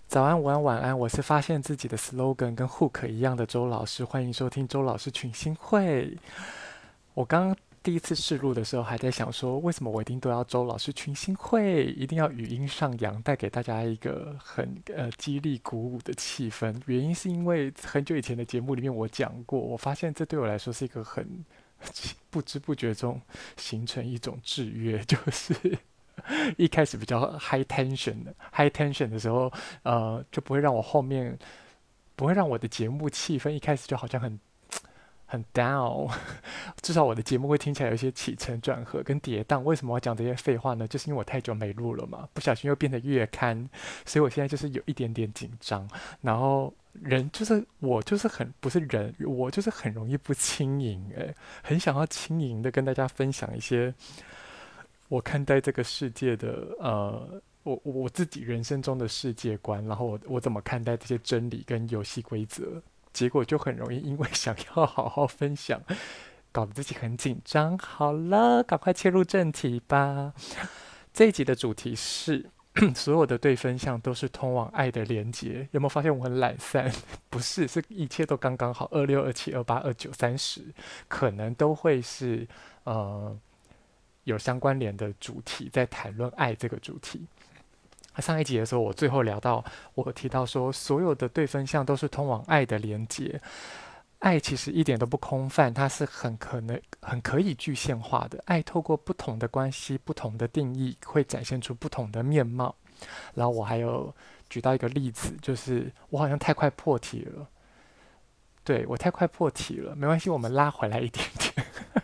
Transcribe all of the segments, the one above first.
早安，午安，晚安，我是发现自己的 slogan 跟 hook 一样的周老师，欢迎收听周老师群星会。我刚刚第一次试录的时候，还在想说，为什么我一定都要周老师群星会，一定要语音上扬，带给大家一个很激励鼓舞的气氛。原因是因为很久以前的节目里面我讲过，我发现这对我来说是一个很不知不觉中形成一种制约，就是一开始比较 high tension 的时候，就不会让我后面不会让我的节目气氛一开始就好像很 down，至少我的节目会听起来有一些起承转合跟跌宕。为什么我要讲这些废话呢？就是因为我太久没录了嘛，不小心又变成月刊，所以我现在就是有一点点紧张。然后人就是我就是很不是人，我就是很容易不轻盈很想要轻盈的跟大家分享一些我看待这个世界的我自己人生中的世界观，然后我怎么看待这些真理跟游戏规则，结果就很容易因为想要好好分享，搞得自己很紧张。好了，赶快切入正题吧。这一集的主题是所有的对分项都是通往爱的连结。有没有发现我很懒散？不是，是一切都刚刚好。26、27、28、29、30，可能都会是呃有相关联的主题，在谈论爱这个主题。上一集的时候，我最后聊到，我提到说，所有的对分项都是通往爱的连接。爱其实一点都不空泛，它是很可以具象化的。爱透过不同的关系、不同的定义，会展现出不同的面貌。然后我还有举到一个例子，就是我好像太快破题了，对我太快破题了，没关系，我们拉回来一点点，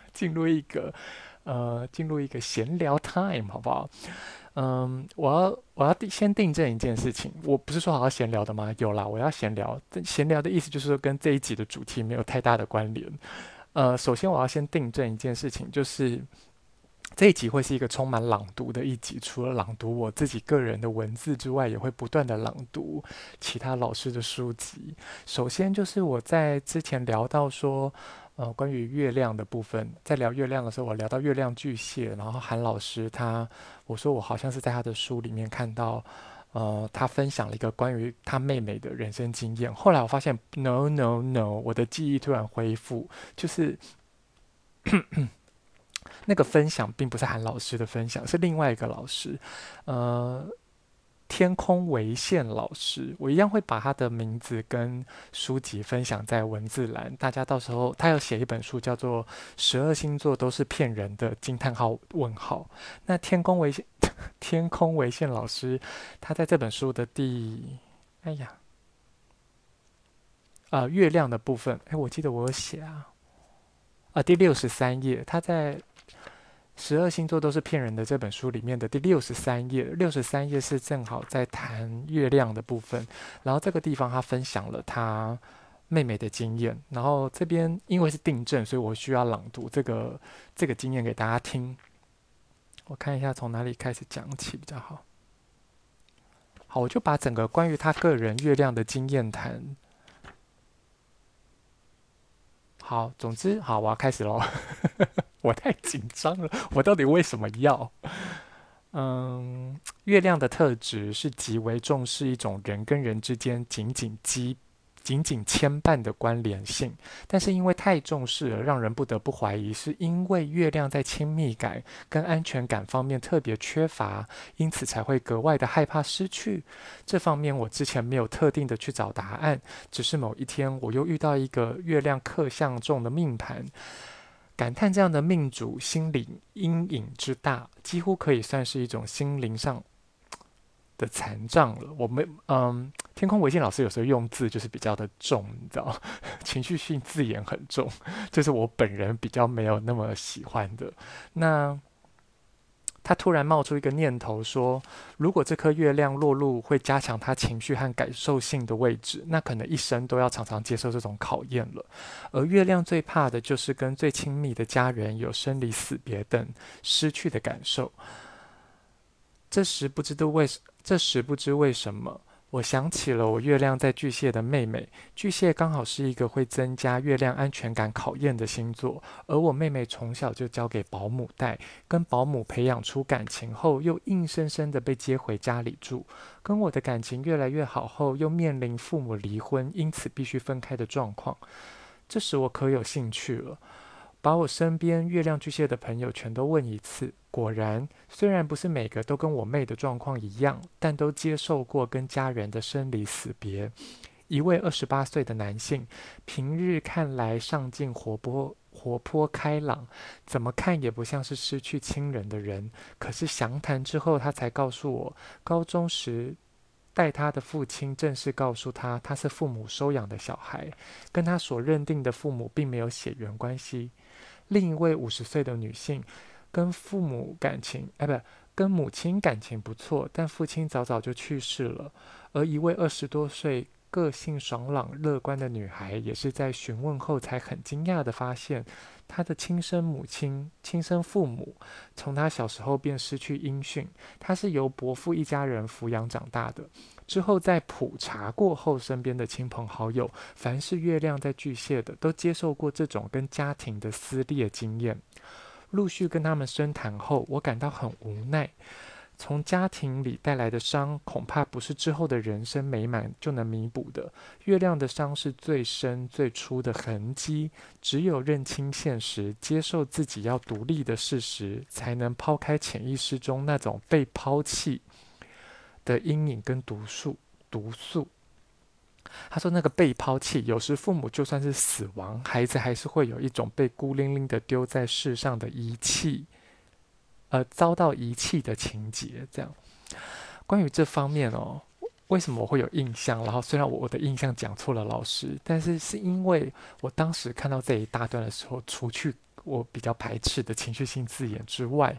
进入一个闲聊 time，好不好？我要先订正一件事情，我不是说好好闲聊的吗？有啦，我要闲聊，但闲聊的意思就是说跟这一集的主题没有太大的关联。首先我要先订正一件事情，就是这一集会是一个充满朗读的一集，除了朗读我自己个人的文字之外，也会不断的朗读其他老师的书籍。首先就是我在之前聊到说，关于月亮的部分，在聊月亮的时候，我聊到月亮巨蟹，然后韩老师我说我好像是在他的书里面看到，他分享了一个关于他妹妹的人生经验。后来我发现，no no no，我的记忆突然恢复，就是那个分享并不是韩老师的分享，是另外一个老师，呃，天空为线老师，我一样会把他的名字跟书籍分享在文字栏，大家到时候他有写一本书叫做《12星座都是骗人的》惊叹号问号。那天空为线老师，他在这本书的哎呀月亮的部分，哎，我记得我有写第63页，他在12星座都是骗人的这本书里面的第63页，63页是正好在谈月亮的部分。然后这个地方他分享了他妹妹的经验，然后这边因为是订正，所以我需要朗读这个经验给大家听。我看一下从哪里开始讲起比较好。好，我就把整个关于他个人月亮的经验谈。好，总之好，我要开始喽。我太紧张了，我到底为什么要？月亮的特质是极为重视一种人跟人之间紧紧牵绊的关联性，但是因为太重视了，让人不得不怀疑，是因为月亮在亲密感跟安全感方面特别缺乏，因此才会格外的害怕失去。这方面我之前没有特定的去找答案，只是某一天我又遇到一个月亮克相重的命盘，感叹这样的命主心理阴影之大，几乎可以算是一种心灵上的残障了。天空维信老师有时候用字就是比较的重，你知道，情绪性字眼很重，这是我本人比较没有那么喜欢的。那他突然冒出一个念头说，如果这颗月亮落入会加强他情绪和感受性的位置，那可能一生都要常常接受这种考验了。而月亮最怕的就是跟最亲密的家人有生离死别等失去的感受。这时不知为什么， 我想起了我月亮在巨蟹的妹妹，巨蟹刚好是一个会增加月亮安全感考验的星座，而我妹妹从小就交给保姆带，跟保姆培养出感情后，又硬生生的被接回家里住，跟我的感情越来越好后，又面临父母离婚，因此必须分开的状况。这时我可有兴趣了，把我身边月亮巨蟹的朋友全都问一次，果然，虽然不是每个都跟我妹的状况一样，但都接受过跟家人的生离死别。一位28岁的男性，平日看来上进活泼开朗，怎么看也不像是失去亲人的人。可是详谈之后，他才告诉我，高中时带他的父亲正式告诉他，他是父母收养的小孩，跟他所认定的父母并没有血缘关系。另一位50岁的女性，跟父母感情，不，跟母亲感情不错，但父亲早早就去世了。而一位20多岁、个性爽朗乐观的女孩，也是在询问后才很惊讶地发现，她的亲生母亲、亲生父母，从她小时候便失去音讯，她是由伯父一家人抚养长大的。之后在普查过后，身边的亲朋好友，凡是月亮在巨蟹的，都接受过这种跟家庭的撕裂经验。陆续跟他们深谈后，我感到很无奈。从家庭里带来的伤，恐怕不是之后的人生美满就能弥补的。月亮的伤是最深最初的痕迹，只有认清现实，接受自己要独立的事实，才能抛开潜意识中那种被抛弃的阴影跟毒素。他说那个被抛弃，有时父母就算是死亡，孩子还是会有一种被孤零零的丢在世上的遗弃，遭到遗弃的情节。这样，关于这方面哦，为什么我会有印象？然后虽然我的印象讲错了老师，但是是因为我当时看到这一大段的时候，除去我比较排斥的情绪性字眼之外，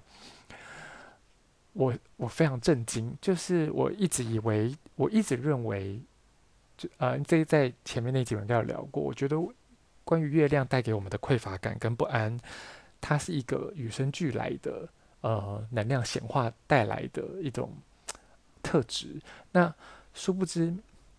我非常震惊，就是我一直认为。这在前面那几文应该有聊过。我觉得关于月亮带给我们的匮乏感跟不安，它是一个与生俱来的能量显化带来的一种特质。那殊不知，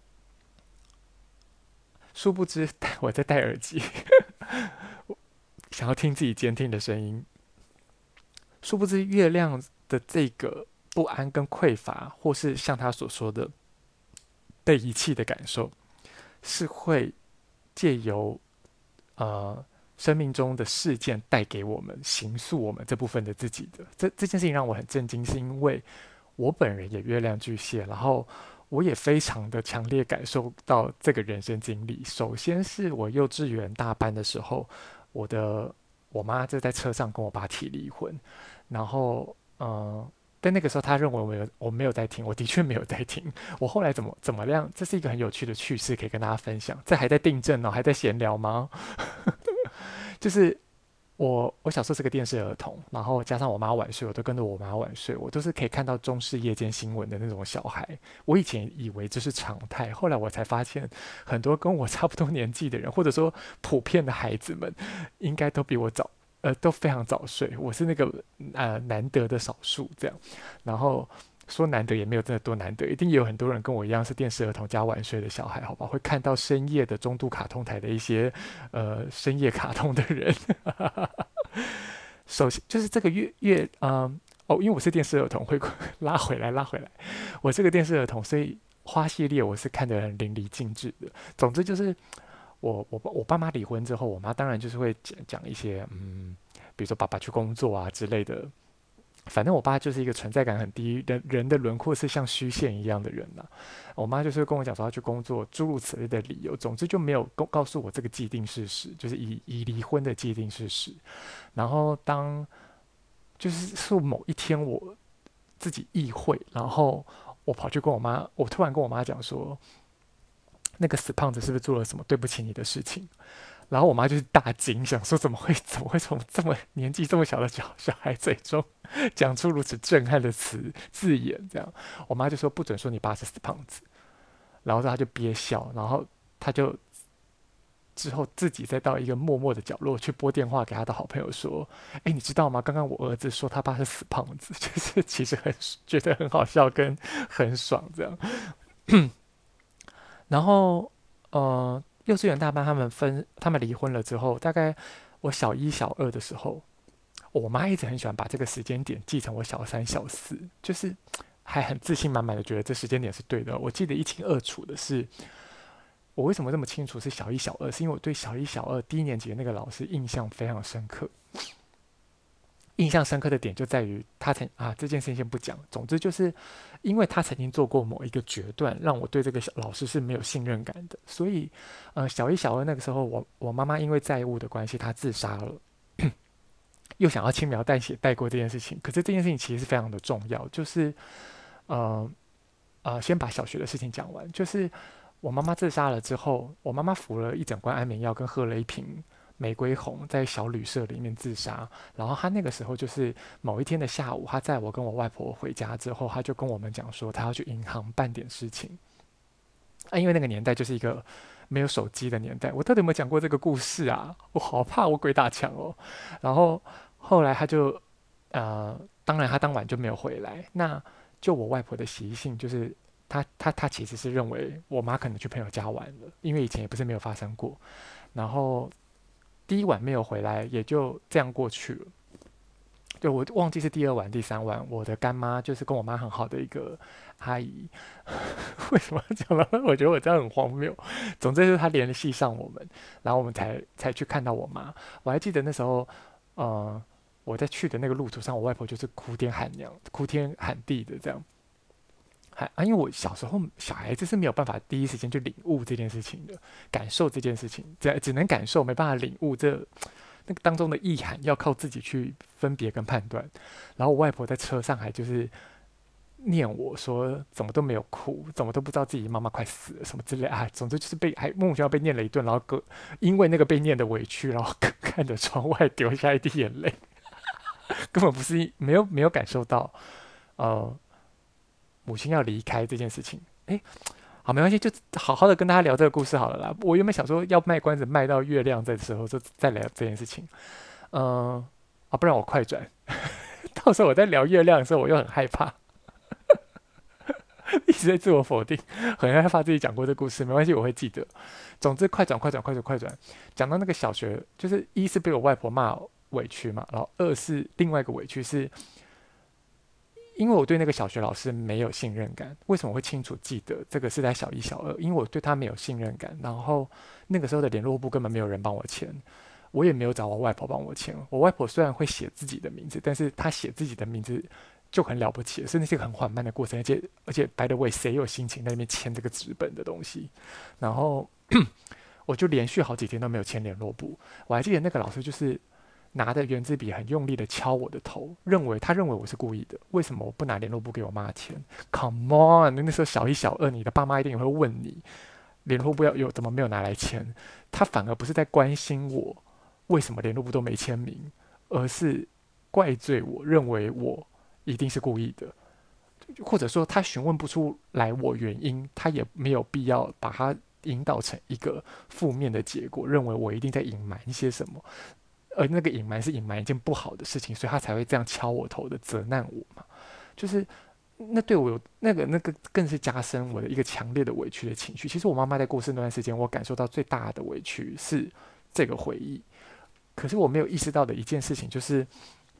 我在戴耳机，想要听自己监听的声音。殊不知，月亮的这个不安跟匮乏，或是像他所说的被遗弃的感受，是会借由呃生命中的事件带给我们、形塑我们这部分的自己的。这件事情让我很震惊，是因为我本人也月亮巨蟹，然后我也非常的强烈感受到这个人生经历。首先是我幼稚园大班的时候，我妈就在车上跟我爸提离婚，然后但那个时候他认为我没有在听，我的确没有在听。我后来怎么样？这是一个很有趣的趣事，可以跟大家分享。这还在订正哦，还在闲聊吗？就是我小时候是个电视儿童，然后加上我妈晚睡，我都跟着我妈晚睡，我都是可以看到中视夜间新闻的那种小孩。我以前以为这是常态，后来我才发现，很多跟我差不多年纪的人，或者说普遍的孩子们，应该都比我早，都非常早睡。我是那个难得的少数这样，然后。说难得也没有真的多难得，一定也有很多人跟我一样是电视儿童加晚睡的小孩，好吧？会看到深夜的中度卡通台的一些深夜卡通的人。首先就是这个因为我是电视儿童，会拉回来。我是个电视儿童，所以花系列我是看得很淋漓尽致的。总之就是我爸妈离婚之后，我妈当然就是会讲一些比如说爸爸去工作啊之类的。反正我爸就是一个存在感很低，人的轮廓是像虚线一样的人啦。我妈就是跟我讲说要去工作，诸如此类的理由，总之就没有告诉我这个既定事实，就是以离婚的既定事实。然后就是某一天我自己意会，然后我跑去跟我妈，我突然跟我妈讲说，那个死胖子是不是做了什么对不起你的事情？然后我妈就是大惊，想说怎么会从这么年纪这么小的小孩嘴中讲出如此震撼的字眼？这样，我妈就说不准说你爸是死胖子，然后她就憋笑，然后她就之后自己再到一个默默的角落去拨电话给她的好朋友说：“哎，你知道吗？刚刚我儿子说他爸是死胖子，就是其实觉得很好笑跟很爽这样。” 然后幼稚园大班他们离婚了之后，大概我小一小二的时候，我妈一直很喜欢把这个时间点记成我小三小四，就是还很自信满满的觉得这时间点是对的。我记得一清二楚的是，我为什么这么清楚是小一小二，是因为我对小一小二低年级的那个老师印象非常深刻。印象深刻的点就在于这件事情先不讲，总之就是因为他曾经做过某一个决断，让我对这个老师是没有信任感的，所以小一小二那个时候，我妈妈因为债务的关系，她自杀了，又想要轻描淡写带过这件事情，可是这件事情其实是非常的重要，就是呃先把小学的事情讲完，就是我妈妈自杀了之后，我妈妈服了一整罐安眠药，跟喝了一瓶玫瑰红，在小旅社里面自杀。然后她那个时候就是某一天的下午，她载我跟我外婆回家之后，她就跟我们讲说，她要去银行办点事情。因为那个年代就是一个没有手机的年代，我到底有没有讲过这个故事啊？我好怕我鬼打墙哦。然后后来她就当然她当晚就没有回来。那就我外婆的习性就是。她其实是认为我妈可能去朋友家玩了，因为以前也不是没有发生过。然后第一晚没有回来，也就这样过去了。就我忘记是第二晚、第三晚，我的干妈就是跟我妈很好的一个阿姨，为什么讲到？我觉得我这样很荒谬。总之就是她联系上我们，然后我们才去看到我妈。我还记得那时候，呃，我在去的那个路途上，我外婆就是哭天喊娘、哭天喊地的这样。因为我小时候小孩子是没有办法第一时间去领悟这件事情的，感受这件事情，只能感受，没办法领悟那个当中的意涵，要靠自己去分别跟判断。然后我外婆在车上还就是念我说怎么都没有哭，怎么都不知道自己妈妈快死了什么之类啊，总之就是还莫名其妙被念了一顿，然后因为那个被念的委屈，然后看着窗外流下一滴眼泪，根本不是没有感受到呃母亲要离开这件事情。哎，好，没关系，就好好的跟大家聊这个故事好了啦。我原本想说要卖关子卖到月亮的时候，就再聊这件事情。不然我快转，到时候我在聊月亮的时候，我又很害怕，一直在自我否定，很害怕自己讲过这故事。没关系，我会记得。总之，快转，快转，快转，快转。讲到那个小学，就是一是被我外婆骂委屈嘛，然后二是另外一个委屈是因为我对那个小学老师没有信任感。为什么会清楚记得这个是在小一、小二？因为我对他没有信任感，然后那个时候的联络簿根本没有人帮我签，我也没有找我外婆帮我签。我外婆虽然会写自己的名字，但是她写自己的名字就很了不起了，甚至是一个很缓慢的过程，而且by the way，谁有心情在那边签这个纸本的东西？然后我就连续好几天都没有签联络簿。我还记得那个老师就是拿着圆珠笔很用力的敲我的头，他认为我是故意的。为什么我不拿联络簿给我妈签？Come on，那时候小一小二，你的爸妈一定也会问你联络簿怎么没有拿来签。他反而不是在关心我为什么联络簿都没签名，而是怪罪我，认为我一定是故意的，或者说他询问不出来我原因，他也没有必要把它引导成一个负面的结果，认为我一定在隐瞒一些什么。而那个隐瞒是隐瞒一件不好的事情，所以他才会这样敲我头的责难我嘛。就是那对我有那个更是加深我的一个强烈的委屈的情绪。其实我妈妈在过世那段时间，我感受到最大的委屈是这个回忆。可是我没有意识到的一件事情就是，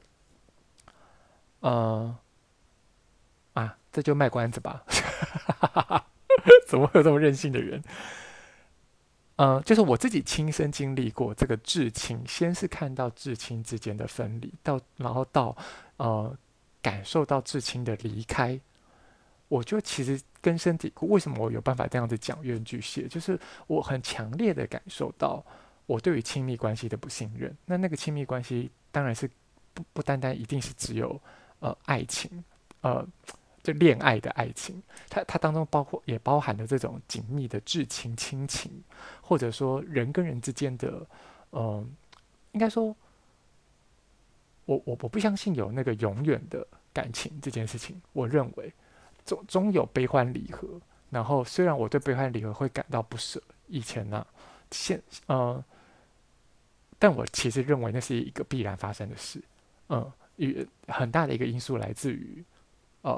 呃这就卖关子吧。怎么会有这么任性的人？就是我自己亲身经历过这个至亲，先是看到至亲之间的分离，然后到呃感受到至亲的离开，我就其实根深蒂固。为什么我有办法这样子讲冤巨蟹？就是我很强烈的感受到我对于亲密关系的不信任。那个亲密关系当然是不单单一定是只有爱情，呃就恋爱的爱情，它当中也包含了这种紧密的至亲亲情，或者说人跟人之间的，应该说我不相信有那个永远的感情这件事情。我认为终有悲欢离合。然后虽然我对悲欢离合会感到不舍，以前呢、现呃，但我其实认为那是一个必然发生的事。与很大的一个因素来自于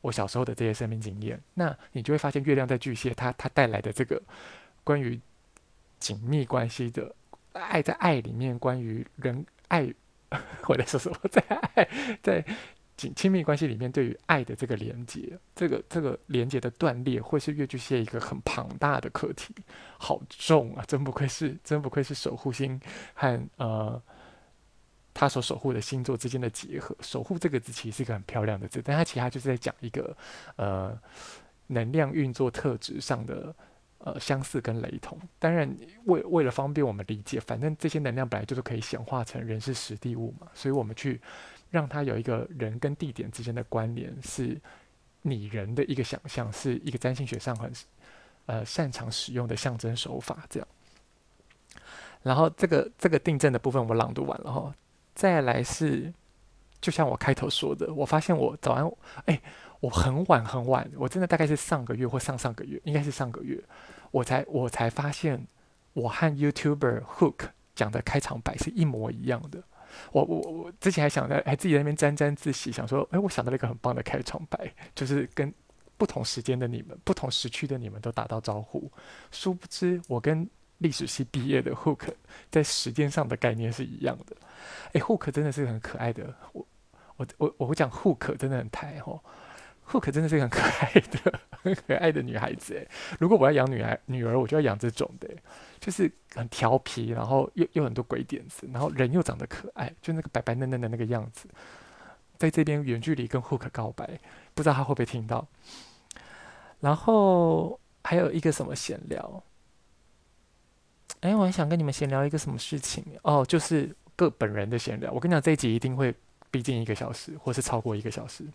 我小时候的这些生命经验，那你就会发现月亮在巨蟹，它带来的这个关于紧密关系的爱，在爱里面关于人爱，我在说什么？在亲密关系里面对于爱的这个连接，这个连接的断裂，会是月巨蟹一个很庞大的课题，好重啊！真不愧是守护星和他所守护的星座之间的结合。守护这个字其实是一个很漂亮的字，但它其实就是在讲一个呃能量运作特质上的相似跟雷同。当然为了方便我们理解，反正这些能量本来就是可以显化成人是实地物嘛，所以我们去让它有一个人跟地点之间的关联，是拟人的一个想象，是一个占星学上很擅长使用的象征手法这样。然后这个定正的部分我朗读完了哈，再来是就像我开头说的，我发现我早安，哎，我很晚很晚，我真的大概是上个月或上上个月，应该是上个月，我才发现我和 YouTuber Hook 讲的开场白是一模一样的。我之前还自己在那边沾沾自喜，想说，哎，我想到了一个很棒的开场白，就是跟不同时间的你们、不同时区的你们都打到招呼。殊不知，我跟历史系毕业的 Hook 在时间上的概念是一样的。哎，Hook 真的是很可爱的，我会讲 Hook 真的很台哦，Hook 真的是很可爱的、很可爱的女孩子哎。如果我要养女儿，我就要养这种的，就是很调皮，然后又很多鬼点子，然后人又长得可爱，就那个白白嫩嫩的那个样子。在这边远距离跟 Hook 告白，不知道他会不会听到。然后还有一个什么闲聊，哎，我很想跟你们闲聊一个什么事情哦，就是各本人的闲聊。我跟你讲，这一集一定会逼近1个小时，或是超过1个小时。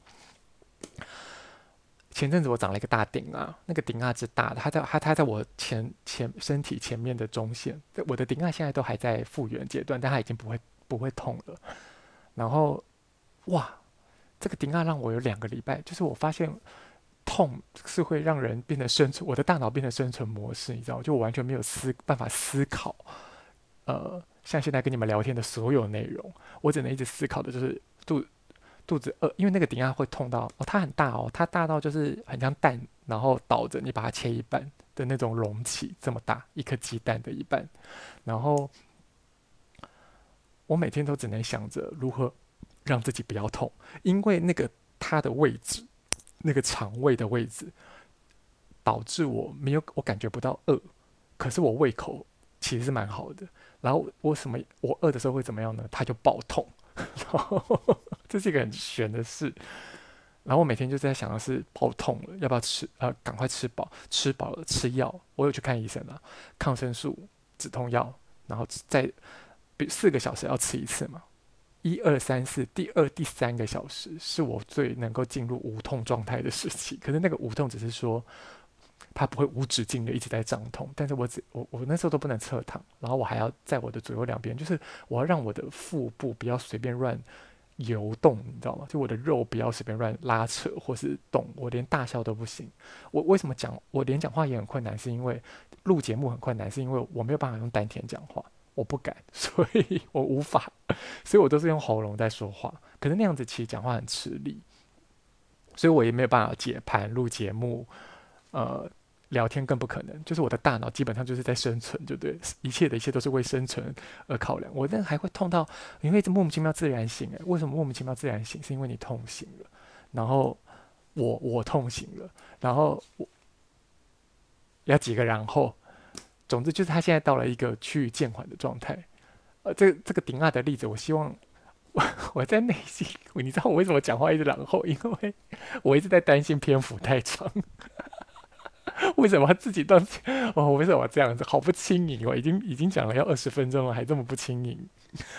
前阵子我长了一个大顶啊，那个顶啊之大的，它在我身体前面的中线，我的顶啊现在都还在复原阶段，但它已经不会痛了。然后哇，这个顶啊让我有2个礼拜，就是我发现痛是会让人变得生存，我的大脑变得生存模式，你知道，就我完全没有办法思考，像现在跟你们聊天的所有内容，我只能一直思考的就是肚子饿，因为那个顶压会痛到哦，它很大哦，它大到就是很像蛋，然后倒着你把它切一半的那种容器，这么大，一颗鸡蛋的一半。然后我每天都只能想着如何让自己不要痛，因为那个它的位置，那个肠胃的位置，导致我感觉不到饿，可是我胃口其实是蛮好的。然后我饿的时候会怎么样呢？它就爆痛，然后这是一个很玄的事。然后我每天就在想的是爆痛了，要不要吃？赶快吃饱，吃饱了吃药。我有去看医生了，抗生素、止痛药，然后再4个小时要吃一次嘛。1、2、3、4，第二、第3个小时是我最能够进入无痛状态的时期。可是那个无痛只是说它不会无止境的一直在胀痛，但是我那时候都不能侧躺，然后我还要在我的左右两边，就是我要让我的腹部不要随便乱游动，你知道吗？就我的肉不要随便乱拉扯或是动，我连大笑都不行。我为什么我连讲话也很困难，是因为录节目很困难，是因为我没有办法用丹田讲话，我不敢，所以我无法，所以我都是用喉咙在说话。可是那样子其实讲话很吃力，所以我也没有办法解盘录节目，呃。聊天更不可能，就是我的大脑基本上就是在生存，就对，一切的一切都是为生存而考量。我那还会痛到，你会一直莫名其妙自然醒，哎，为什么莫名其妙自然醒？是因为你痛醒了，然后我痛醒了，然后我要几个然后，总之就是他现在到了一个趋于渐缓的状态。这个顶二的例子，我希望我在内心，你知道我为什么讲话一直然后，因为我一直在担心篇幅太长。为什么自己当哦？为什么这样子？好不轻盈哦！已经讲了要20分钟了，还这么不轻盈。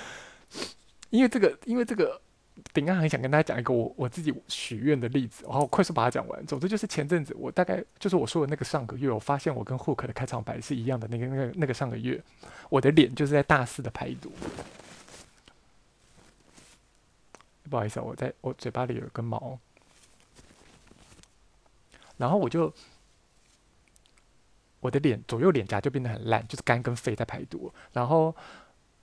因为这个顶刚很想跟大家讲一个我自己许愿的例子，然后快速把它讲完。总之就是前阵子我大概就是我说的那个上个月，我发现我跟 Hook 的开场白是一样的。那个上个月，我的脸就是在大肆的排毒。不好意思啊，我嘴巴里有一根毛，然后我的左右脸颊就变得很烂，就是肝跟肺在排毒。然后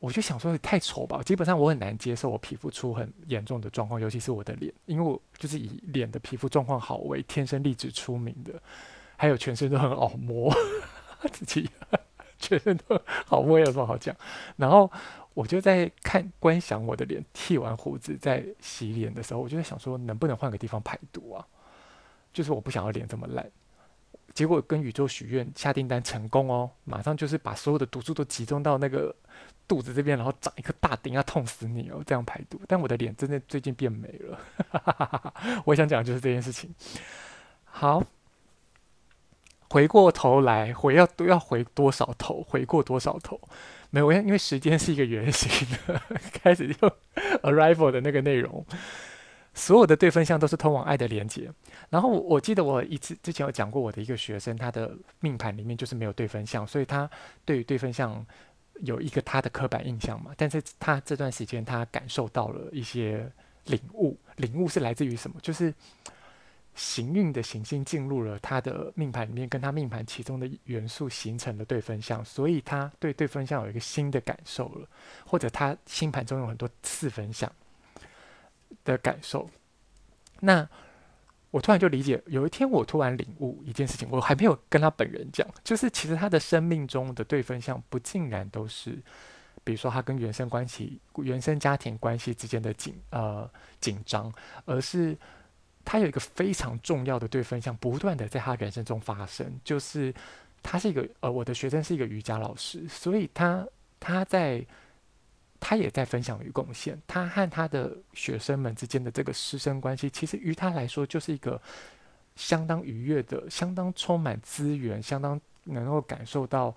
我就想说太丑吧，基本上我很难接受我皮肤出很严重的状况，尤其是我的脸，因为我就是以脸的皮肤状况好为天生丽质出名的，还有全身都很好摸，自己全身都好摸，有什么好讲？然后我就在观想我的脸，剃完胡子在洗脸的时候，我就在想说，能不能换个地方排毒啊？就是我不想要脸这么烂。结果跟宇宙许愿下订单成功哦，马上就是把所有的毒素都集中到那个肚子这边，然后长一颗大钉，要痛死你哦，这样排毒。但我的脸真的最近变美了，我想讲的就是这件事情。好，回过头来，要回多少头？回过多少头？没有，因为时间是一个圆形的，开始用 arrival 的那个内容，所有的对分项都是通往爱的连接。然后我记得我一次之前有讲过，我的一个学生，他的命盘里面就是没有对分项，所以他对于对分项有一个他的刻板印象嘛。但是他这段时间他感受到了一些领悟，领悟是来自于什么？就是行运的行星进入了他的命盘里面，跟他命盘其中的元素形成了对分项，所以他对对分项有一个新的感受了，或者他星盘中有很多次分项的感受。那我突然就理解，有一天我突然领悟一件事情，我还没有跟他本人讲，就是其实他的生命中的对分项不尽然都是，比如说他跟原生关系、原生家庭关系之间的紧张，而是他有一个非常重要的对分项，不断的在他人生中发生，就是他是一个我的学生是一个瑜伽老师，所以他在他也在分享与贡献，他和他的学生们之间的这个师生关系，其实于他来说就是一个相当愉悦的、相当充满资源、相当能够感受到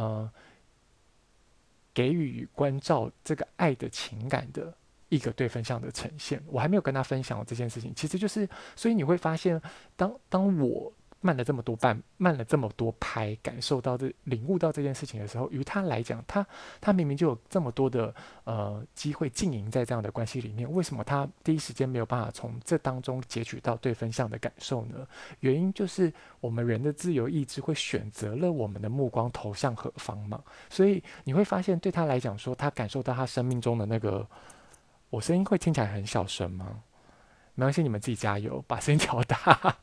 给予与关照这个爱的情感的一个对分项的呈现。我还没有跟他分享这件事情，其实就是，所以你会发现，当我慢了这么多拍，感受到领悟到这件事情的时候，于他来讲，他明明就有这么多的机会经营在这样的关系里面，为什么他第一时间没有办法从这当中截取到对分项的感受呢？原因就是我们人的自由意志会选择了我们的目光投向何方嘛，所以你会发现，对他来讲说，他感受到他生命中的那个，我声音会听起来很小声吗？没关系，你们自己加油，把声音调大。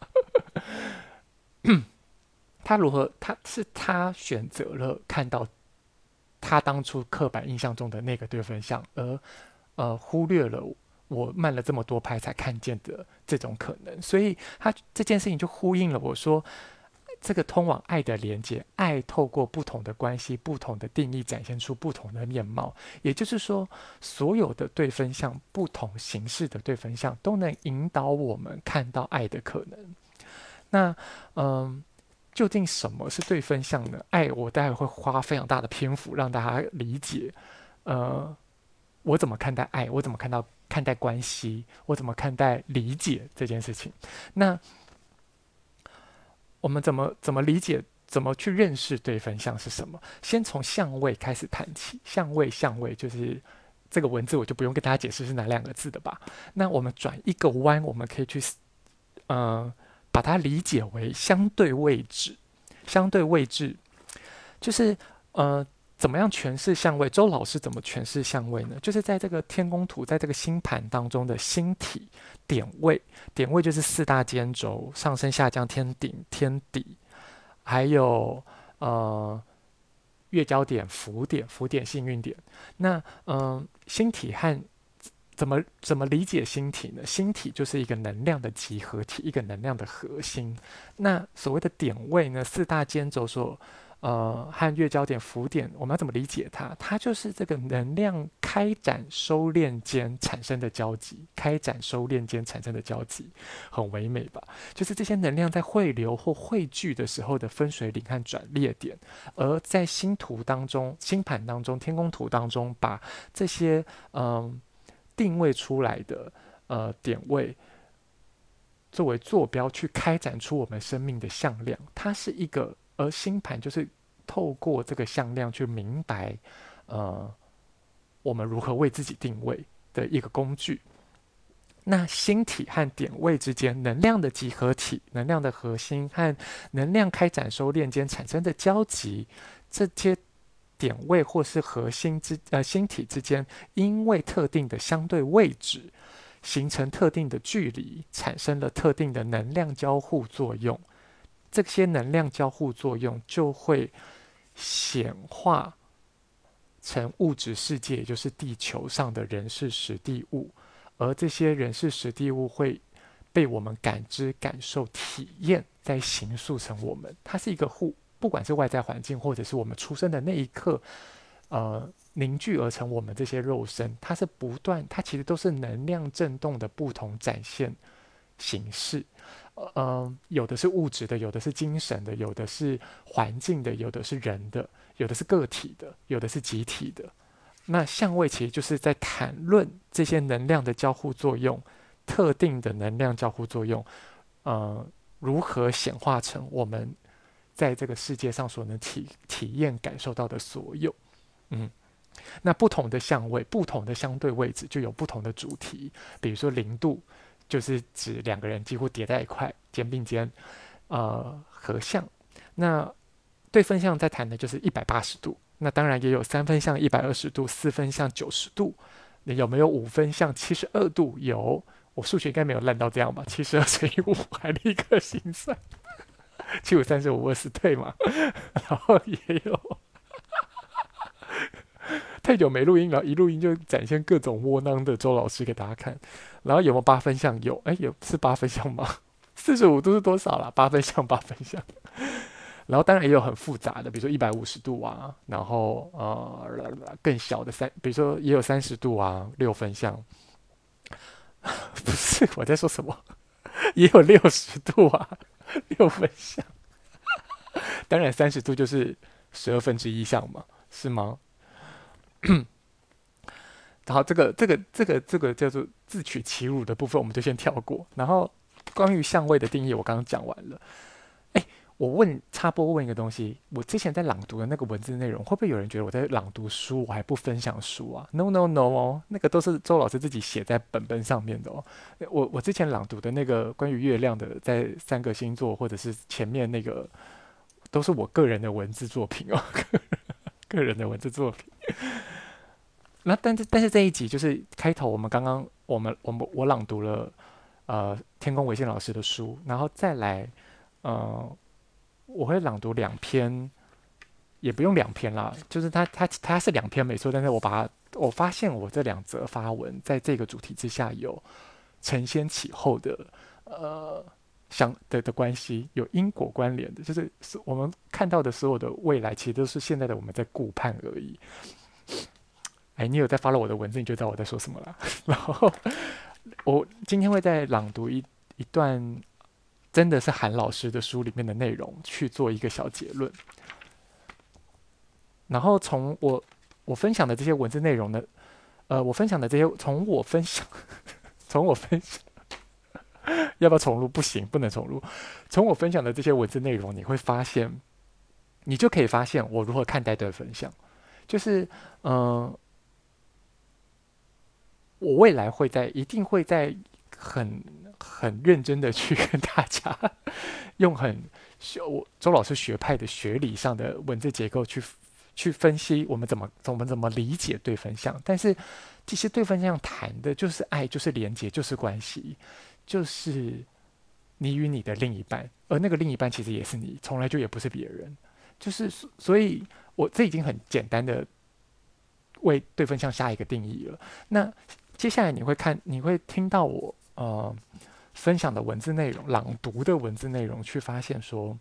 他如何？他选择了看到他当初刻板印象中的那个对分项，而忽略了我慢了这么多拍才看见的这种可能。所以他这件事情就呼应了我说，这个通往爱的连接，爱透过不同的关系、不同的定义，展现出不同的面貌。也就是说，所有的对分项、不同形式的对分项，都能引导我们看到爱的可能。那究竟什么是对分项呢？爱，我待会会花非常大的篇幅让大家理解。呃，我怎么看待爱？我怎么看待关系？我怎么看待理解这件事情？那我们怎么理解？怎么去认识对分项是什么？先从相位开始谈起。相位就是这个文字，我就不用跟大家解释是哪两个字的吧？那我们转一个弯，我们可以去把它理解为相对位置。相对位置就是怎么样诠释相位？周老师怎么诠释相位呢？就是在这个天宫图，在这个星盘当中的星体点位，点位就是四大尖轴：上升、下降、天顶、天底，还有月交点、浮点、浮点幸运点。那星体和怎么理解星体呢？星体就是一个能量的集合体，一个能量的核心。那所谓的点位呢，四大尖轴和月焦点、浮点，我们要怎么理解它？它就是这个能量开展、收敛间产生的交集，开展、收敛间产生的交集，很唯美吧？就是这些能量在汇流或汇聚的时候的分水岭和转捩点，而在星图当中、星盘当中、天宫图当中，把这些定位出来的点位作为坐标去开展出我们生命的向量，它是一个，而星盘就是透过这个向量去明白我们如何为自己定位的一个工具。那星体和点位之间能量的集合体、能量的核心和能量开展收敛间产生的交集，这些点位或是核心星体之间，因为特定的相对位置，形成特定的距离，产生了特定的能量交互作用。这些能量交互作用就会显化成物质世界，也就是地球上的人事实地物，而这些人事实地物会被我们感知、感受、体验，再形塑成我们。它是一个不管是外在环境，或者是我们出生的那一刻，凝聚而成我们这些肉身，它是不断，它其实都是能量振动的不同展现形式。有的是物质的，有的是精神的，有的是环境的，有的是人的，有的是个体的，有的是集体的。那相位其实就是在谈论这些能量的交互作用，特定的能量交互作用，如何显化成我们在这个世界上所能体验感受到的所有。那不同的相位，不同的相对位置，就有不同的主题。比如说0度，就是指两个人几乎叠在一块，肩并肩，合相。那对分相在谈的就是180度。那当然也有3分相120度，4分相90度。你有没有5分相72度？有，我数学应该没有烂到这样吧？72乘以5还立刻心算，753520对嘛？然后也有太久没录音了，一录音就展现各种窝囊的周老师给大家看。然后有没有8分相？有，有是8分相吗？45度是多少啦？8分相，8分相。然后当然也有很复杂的，比如说150度啊，然后更小的比如说也有30度啊，6分相。不是我在说什么，也有60度啊，6分相。当然30度就是1/12相嘛，是吗？然后这个叫做自取其辱的部分，我们就先跳过。然后关于相位的定义，我刚刚讲完了。我插播问一个东西，我之前在朗读的那个文字内容，会不会有人觉得我在朗读书，我还不分享书啊？No No No 哦，那个都是周老师自己写在本本上面的哦。我之前朗读的那个关于月亮的，在3个星座或者是前面那个，都是我个人的文字作品哦，个人的文字作品。那但是这一集就是开头，我们刚刚我朗读了天空维宪老师的书，然后再来我会朗读2篇，也不用2篇啦，就是它是2篇没错，但是我发现我这2则发文在这个主题之下有承先启后的呃的关系，有因果关联的，就是我们看到的所有的未来，其实都是现在的我们在顾盼而已。你有在发了我的文字，你就知道我在说什么了。然后我今天会再朗读一段，真的是韩老师的书里面的内容去做一个小结论。然后从我分享的这些文字内容呢，我分享的这些，从我分享，要不要重录？不行，不能重录。从我分享的这些文字内容，你会发现，你就可以发现我如何看待对分享，就是我未来一定会在很认真的去跟大家用周老师学派的学理上的文字结构去分析我们怎么理解对分项。但是这些对分项谈的就是爱，就是连结，就是关系，就是你与你的另一半，而那个另一半其实也是你，从来就也不是别人。就是所以，这已经很简单的为对分项下一个定义了。那接下来你会听到我分享的文字内容、朗读的文字内容，去发现说，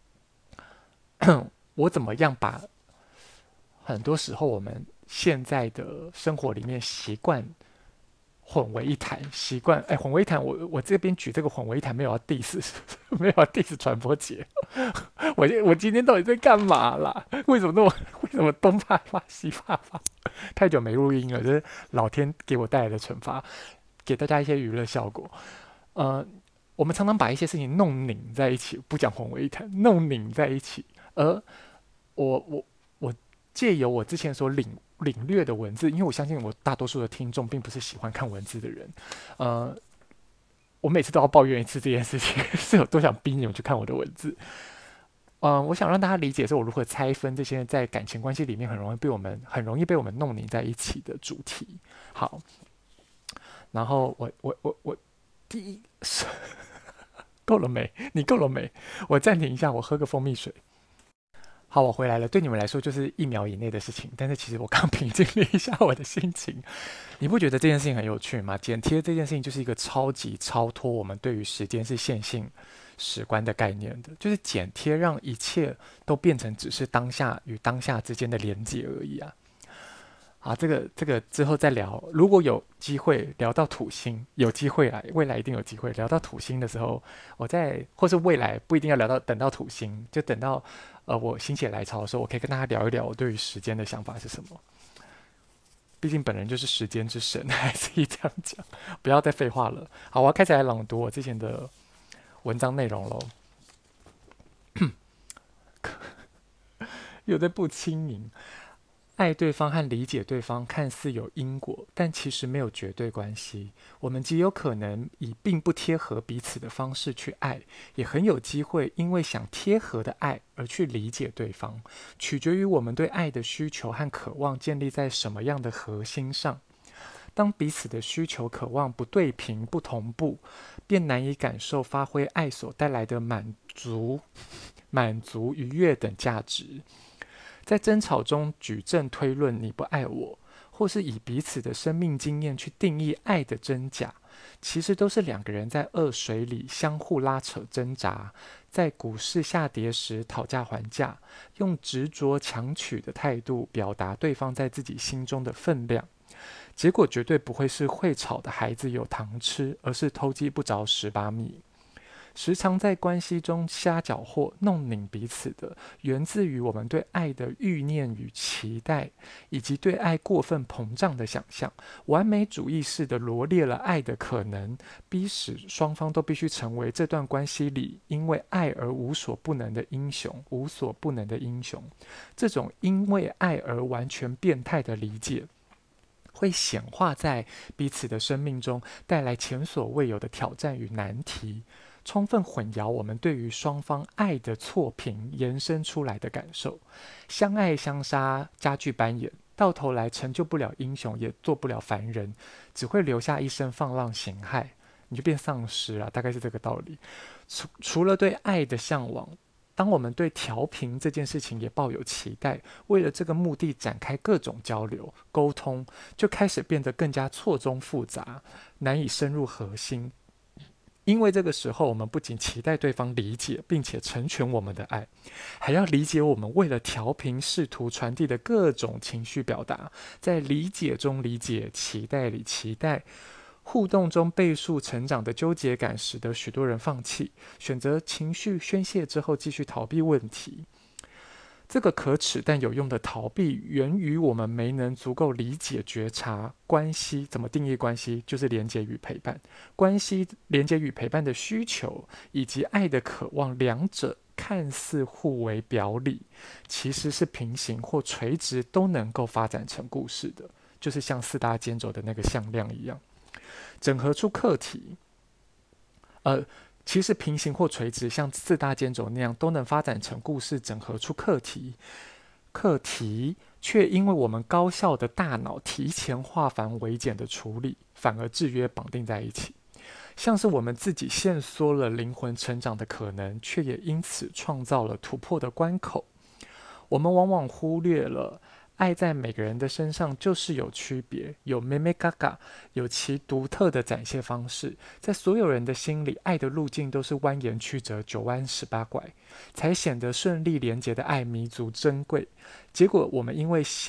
我怎么样把很多时候我们现在的生活里面习惯混为一谈，混为一谈。我这边举这个混为一谈，没有要 diss， 没有要 diss 传播节。我今天到底在干嘛啦？为什么东怕发西怕发？太久没录音了，这是老天给我带来的惩罚，给大家一些娱乐效果。我们常常把一些事情弄拧在一起，不讲混为一谈，弄拧在一起。而我借由我之前所领略的文字，因为我相信我大多数的听众并不是喜欢看文字的人，我每次都要抱怨一次这件事情，是有多想逼你们去看我的文字。 我想让大家理解是我如何拆分这些在感情关系里面很容易被我们弄拧在一起的主题。好，然后我第一是够了没？你够了没？我暂停一下，我喝个蜂蜜水。好，我回来了。对你们来说就是1秒以内的事情，但是其实我刚平静了一下我的心情。你不觉得这件事情很有趣吗？剪贴这件事情就是一个超级超脱我们对于时间是线性史观的概念的，就是剪贴让一切都变成只是当下与当下之间的连接而已啊。好，这个之后再聊。如果有机会聊到土星，有机会来，未来一定有机会聊到土星的时候，或是未来不一定要等到土星，就等到我心血来潮的时候，我可以跟大家聊一聊我对于时间的想法是什么。毕竟本人就是时间之神，还是这样讲。不要再废话了。好，我要开始来朗读我之前的文章内容喽。有在不清明。爱对方和理解对方看似有因果，但其实没有绝对关系。我们极有可能以并不贴合彼此的方式去爱，也很有机会因为想贴合的爱而去理解对方，取决于我们对爱的需求和渴望建立在什么样的核心上。当彼此的需求渴望不对平、不同步，便难以感受发挥爱所带来的满足、愉悦等价值。在争吵中举证推论你不爱我，或是以彼此的生命经验去定义爱的真假，其实都是两个人在恶水里相互拉扯挣扎，在股市下跌时讨价还价，用执着强取的态度表达对方在自己心中的分量。结果绝对不会是会吵的孩子有糖吃，而是偷鸡不着蚀把米。时常在关系中瞎搅和、弄拧彼此的，源自于我们对爱的欲念与期待，以及对爱过分膨胀的想象，完美主义式的罗列了爱的可能，逼使双方都必须成为这段关系里因为爱而无所不能的英雄。这种因为爱而完全变态的理解，会显化在彼此的生命中，带来前所未有的挑战与难题，充分混淆我们对于双方爱的错评延伸出来的感受，相爱相杀，加剧斑眼，到头来成就不了英雄，也做不了凡人，只会留下一身放浪形骸，你就变丧尸了，大概是这个道理。除了对爱的向往，当我们对调频这件事情也抱有期待，为了这个目的展开各种交流沟通，就开始变得更加错综复杂，难以深入核心。因为这个时候，我们不仅期待对方理解并且成全我们的爱，还要理解我们为了调频试图传递的各种情绪表达，在理解中理解，期待里期待，互动中倍数成长的纠结感，使得许多人放弃，选择情绪宣泄之后继续逃避问题。这个可耻但有用的逃避，源于我们没能足够理解觉察关系。怎么定义关系？就是连接与陪伴。关系、连接与陪伴的需求，以及爱的渴望，两者看似互为表里，其实是平行或垂直都能够发展成故事的，就是像四大尖轴的那个向量一样。整合出课题，其实平行或垂直，像四大尖轴那样，都能发展成故事，整合出课题。课题却因为我们高效的大脑提前化繁为简的处理，反而制约绑定在一起。像是我们自己限缩了灵魂成长的可能，却也因此创造了突破的关口。我们往往忽略了爱在每个人的身上就是有区别，有妹妹嘎嘎，有其独特的展现方式。在所有人的心里，爱的路径都是蜿蜒曲折、9弯18拐，才显得顺利连结的爱弥足珍贵。结果我们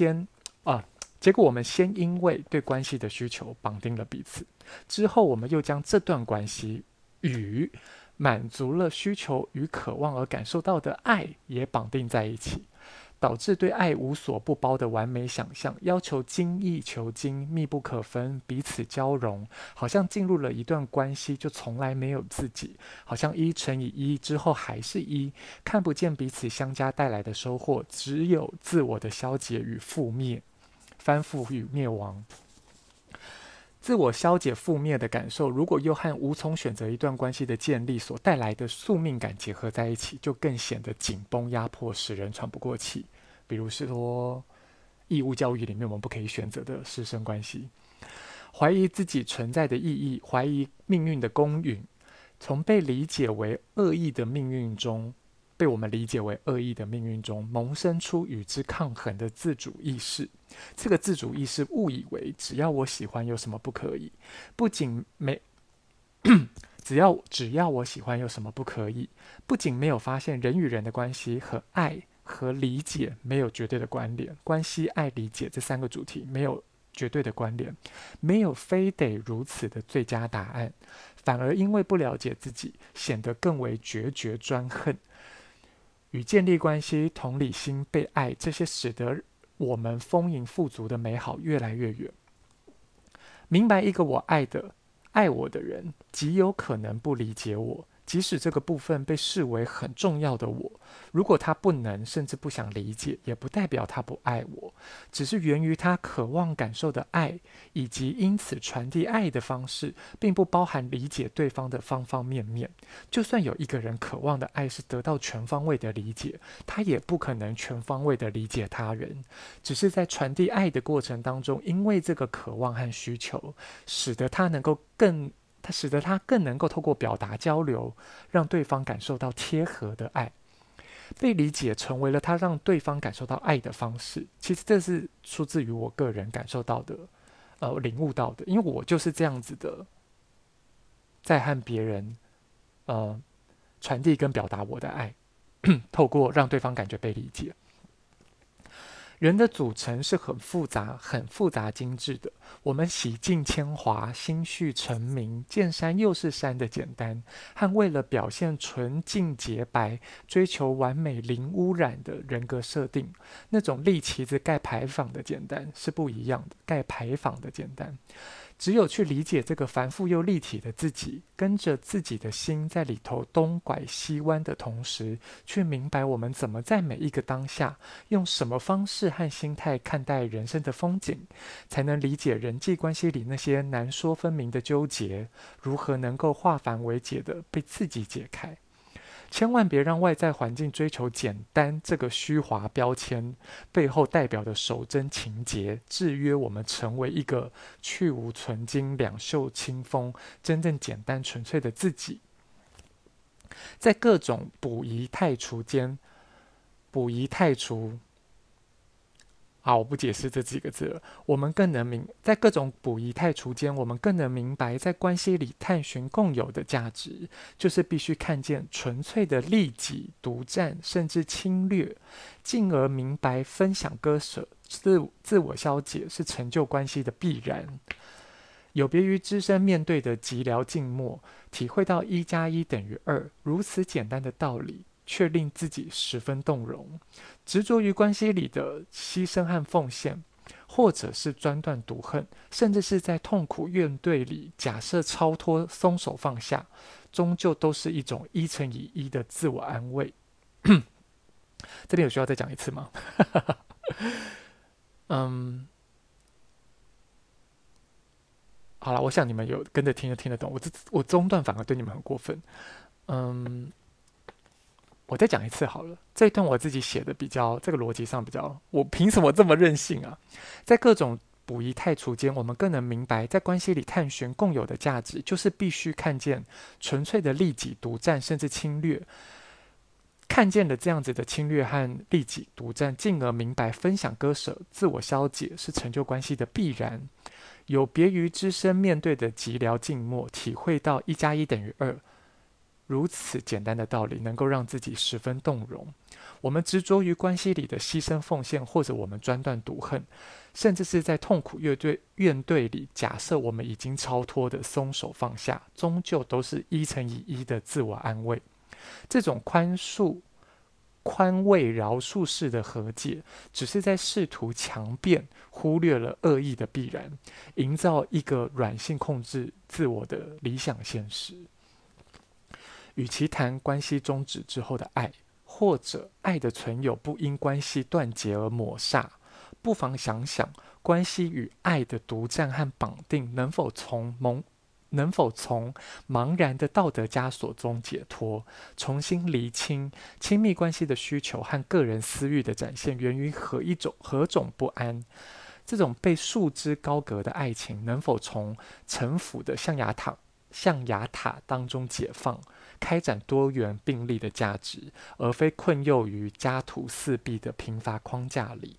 先因为对关系的需求绑定了彼此，之后我们又将这段关系与满足了需求与渴望而感受到的爱也绑定在一起。导致对爱无所不包的完美想象，要求精益求精、密不可分、彼此交融，好像进入了一段关系就从来没有自己，好像1乘以1之后还是1，看不见彼此相加带来的收获，只有自我的消解与覆灭、翻覆与灭亡。 自我消解负面的感受，如果又和无从选择一段关系的建立所带来的宿命感结合在一起，就更显得紧绷压迫，使人喘不过气。比如说义务教育里面我们不可以选择的师生关系，怀疑自己存在的意义，怀疑命运的公允，从被理解为恶意的命运中，被我们理解为恶意的命运中萌生出与之抗衡的自主意识。这个自主意识误以为只要我喜欢有什么不可以，不仅没只要我喜欢有什么不可以，不仅没有发现人与人的关系和爱和理解没有绝对的关联，关系、爱、理解这三个主题没有绝对的关联，没有非得如此的最佳答案，反而因为不了解自己，显得更为决绝专横。与建立关系、同理心、被爱，这些使得我们丰盈富足的美好越来越远。明白一个我爱我的人，极有可能不理解我，即使这个部分被视为很重要的我，如果他不能甚至不想理解，也不代表他不爱我，只是源于他渴望感受的爱，以及因此传递爱的方式，并不包含理解对方的方方面面。就算有一个人渴望的爱是得到全方位的理解，他也不可能全方位的理解他人，只是在传递爱的过程当中，因为这个渴望和需求，使得他更能够透过表达交流，让对方感受到贴合的爱。被理解成为了他让对方感受到爱的方式。其实这是出自于我个人感受到的，领悟到的，因为我就是这样子的，在和别人，传递跟表达我的爱，透过让对方感觉被理解。人的组成是很复杂精致的。我们洗尽铅华，心绪澄明，见山又是山的简单，和为了表现纯净洁白、追求完美零污染的人格设定，那种立旗子盖牌坊的简单是不一样的。盖牌坊的简单，只有去理解这个繁复又立体的自己，跟着自己的心在里头东拐西弯的同时，去明白我们怎么在每一个当下，用什么方式和心态看待人生的风景，才能理解人际关系里那些难说分明的纠结，如何能够化繁为简的被自己解开。千万别让外在环境追求简单这个虚华标签背后代表的守贞情节，制约我们成为一个去无存精、两袖清风、真正简单纯粹的自己。在各种补遗汰除间，我不解释这几个字了。我们更能在各种补遗汰除间，我们更能明白，在关系里探寻共有的价值，就是必须看见纯粹的利己、独占，甚至侵略，进而明白分享、割舍、自我消解是成就关系的必然。有别于只身面对的寂寥静默，体会到1+1=2如此简单的道理，却令自己十分动容。执着于关系里的牺牲和奉献，或者是专断独恨，甚至是在痛苦怨怼里假设超脱、松手放下，终究都是一种1×1的自我安慰。这边有需要再讲一次吗？好了，我想你们有跟着听就听得懂。我中段反而对你们很过分。我再讲一次好了。这一段我自己写的比较，这个逻辑上比较，我凭什么这么任性啊？在各种补遗汰除间，我们更能明白，在关系里探寻共有的价值，就是必须看见纯粹的利己、独占，甚至侵略。看见了这样子的侵略和利己独占，进而明白分享、割舍、自我消解是成就关系的必然。有别于只身面对的寂寥静默，体会到1+1=2如此简单的道理，能够让自己十分动容。我们执着于关系里的牺牲奉献，或者我们专断独恨，甚至是在痛苦怨怼里假设我们已经超脱的松手放下，终究都是1×1的自我安慰。这种宽慰饶恕式的和解，只是在试图强辩，忽略了恶意的必然，营造一个软性控制自我的理想现实。与其谈关系终止之后的爱，或者爱的存有不因关系断绝而抹煞，不妨想想关系与爱的独占和绑定，能否从茫然的道德枷锁中解脱，重新厘清亲密关系的需求和个人私欲的展现源于何种不安？这种被束之高阁的爱情，能否从城府的象牙塔当中解放，开展多元并立的价值，而非困囿于家徒四壁的贫乏框架里？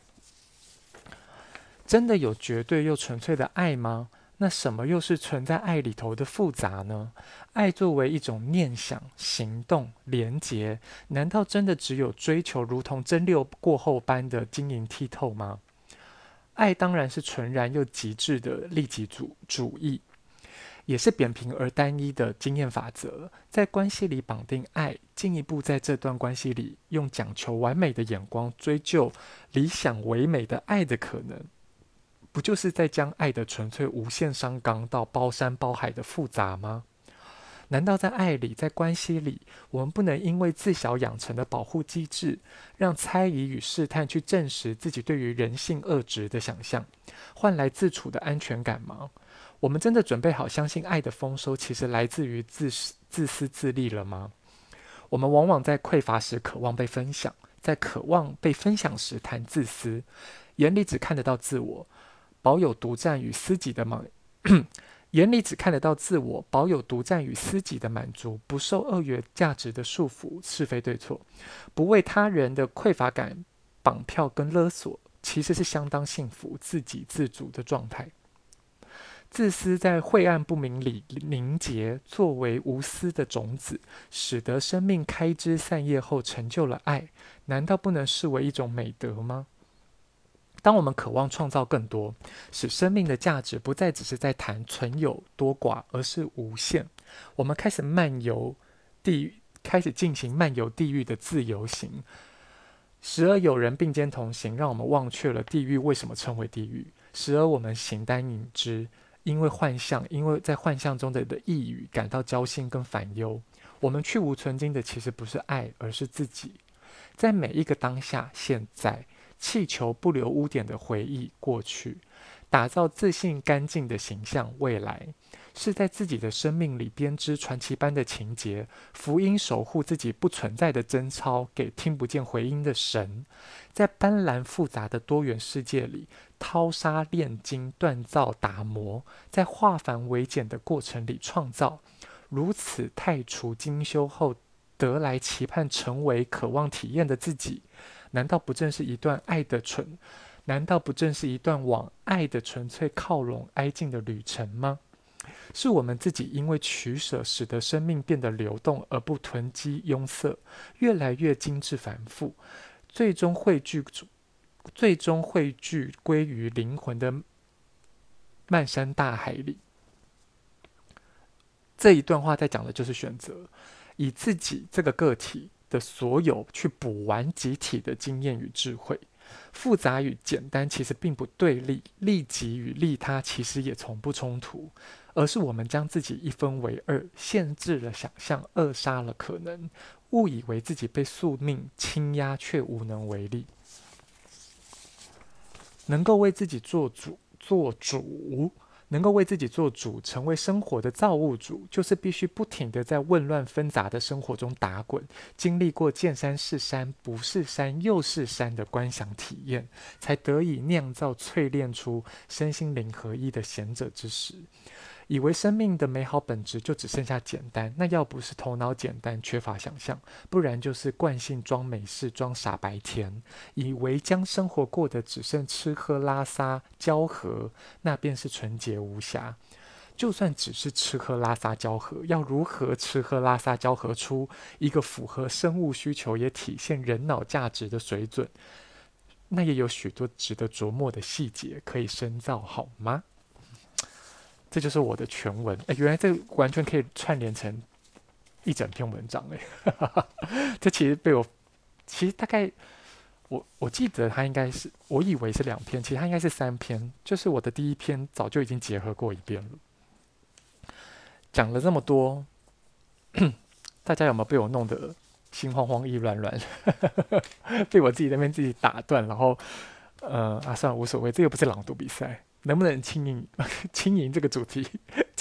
真的有绝对又纯粹的爱吗？那什么又是存在爱里头的复杂呢？爱作为一种念想、行动、连结，难道真的只有追求如同蒸馏过后般的晶莹剔透吗？爱当然是纯然又极致的利己主义，也是扁平而单一的经验法则。在关系里绑定爱，进一步在这段关系里用讲求完美的眼光追究理想唯美的爱的可能，不就是在将爱的纯粹无限上纲到包山包海的复杂吗？难道在爱里，在关系里，我们不能因为自小养成的保护机制，让猜疑与试探去证实自己对于人性恶质的想象，换来自处的安全感吗？我们真的准备好相信爱的丰收其实来自于自私自利了吗？我们往往在匮乏时渴望被分享，在渴望被分享时谈自私，眼里只看得到自我，保有独占与私己的眼里只看得到自我，保有独占与私己的满足，不受二元价值的束缚，是非对错，不为他人的匮乏感绑票跟勒索，其实是相当幸福、自给自足的状态。自私在晦暗不明里凝结，作为无私的种子，使得生命开枝散叶后成就了爱，难道不能视为一种美德吗？当我们渴望创造更多，使生命的价值不再只是在谈存有多寡，而是无限，我们开始进行漫游地狱的自由行。时而有人并肩同行，让我们忘却了地狱为什么称为地狱；时而我们形单影只，因为在幻象中的呓语感到焦心跟烦忧。我们去无存精的其实不是爱，而是自己。在每一个当下、现在，气球不留污点的回忆过去，打造自信干净的形象未来，是在自己的生命里编织传奇般的情节，福音守护自己不存在的贞操给听不见回音的神，在斑斓复杂的多元世界里掏沙炼金锻造打磨，在化繁为简的过程里创造，如此太除精修后得来期盼成为渴望体验的自己，难道不正是一段往爱的纯粹靠拢挨近的旅程吗？是我们自己因为取舍，使得生命变得流动而不囤积拥塞，越来越精致繁复，最终汇聚归于灵魂的漫山大海里。这一段话在讲的就是选择，以自己这个个体的所有去补完集体的经验与智慧。复杂与简单其实并不对立，利己与利他其实也从不冲突，而是我们将自己一分为二，限制了想象，扼杀了可能，误以为自己被宿命倾压，却无能为力。能够为自己做主，能够为自己做主，成为生活的造物主，就是必须不停地在混乱纷杂的生活中打滚，经历过见山是山，不是山又是山的观想体验，才得以酿造淬炼出身心灵合一的贤者之石。以为生命的美好本质就只剩下简单，那要不是头脑简单缺乏想象，不然就是惯性装美式装傻白甜。以为将生活过得只剩吃喝拉撒交合，那便是纯洁无瑕。就算只是吃喝拉撒交合，要如何吃喝拉撒交合出一个符合生物需求也体现人脑价值的水准，那也有许多值得琢磨的细节可以深造，好吗？这就是我的全文。原来这完全可以串联成一整篇文章这其实其实大概我记得它应该是，我以为是2篇，其实它应该是3篇。就是我的第一篇早就已经结合过一遍了。讲了这么多，大家有没有被我弄得心慌慌意乱乱？被我自己在那边自己打断，然后算了，无所谓，这又不是朗读比赛，能不能轻盈轻盈这个主题？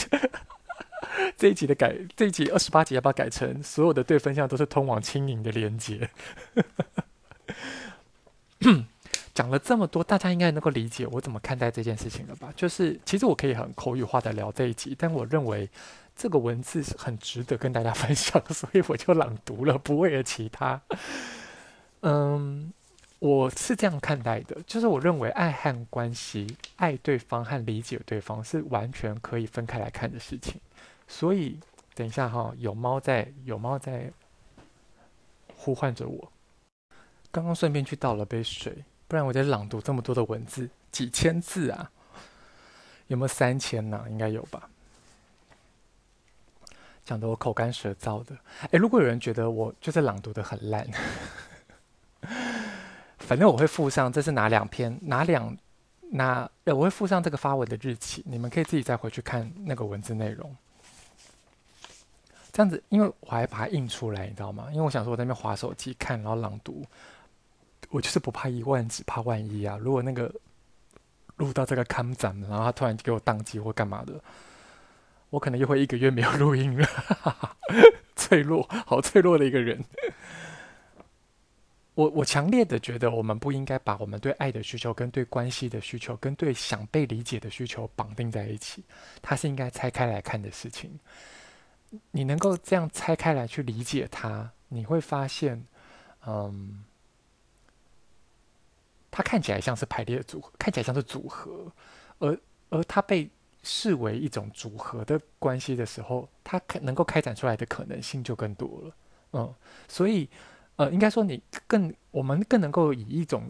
这一集28集要不要改成所有的对分项都是通往轻盈的连接？讲了这么多，大家应该能够理解我怎么看待这件事情了吧？就是其实我可以很口语化的聊这一集，但我认为这个文字是很值得跟大家分享，所以我就朗读了，不为了其他。嗯，我是这样看待的，就是我认为爱和关系、爱对方和理解对方是完全可以分开来看的事情。所以等一下哈，有猫在呼唤着我。刚刚顺便去倒了杯水，不然我在朗读这么多的文字，几千字啊，有没有3000呢？应该有吧。讲得我口干舌燥的。诶，如果有人觉得我就是朗读的很烂，反正我会附上这是哪两篇我会附上这个发文的日期，你们可以自己再回去看那个文字内容。这样子，因为我还把它印出来，你知道吗？因为我想说我在那边滑手机看，然后朗读，我就是不怕一万，只怕万一啊！如果那个录到这个刊展，然后他突然给我宕机或干嘛的，我可能又会1个月没有录音了。脆弱，好脆弱的一个人。我强烈的觉得，我们不应该把我们对爱的需求、跟对关系的需求、跟对想被理解的需求绑定在一起，它是应该拆开来看的事情。你能够这样拆开来去理解它，你会发现，嗯，它看起来像是排列组合，看起来像是组合，而它被视为一种组合的关系的时候，它能够开展出来的可能性就更多了。所以应该说我们更能够以一种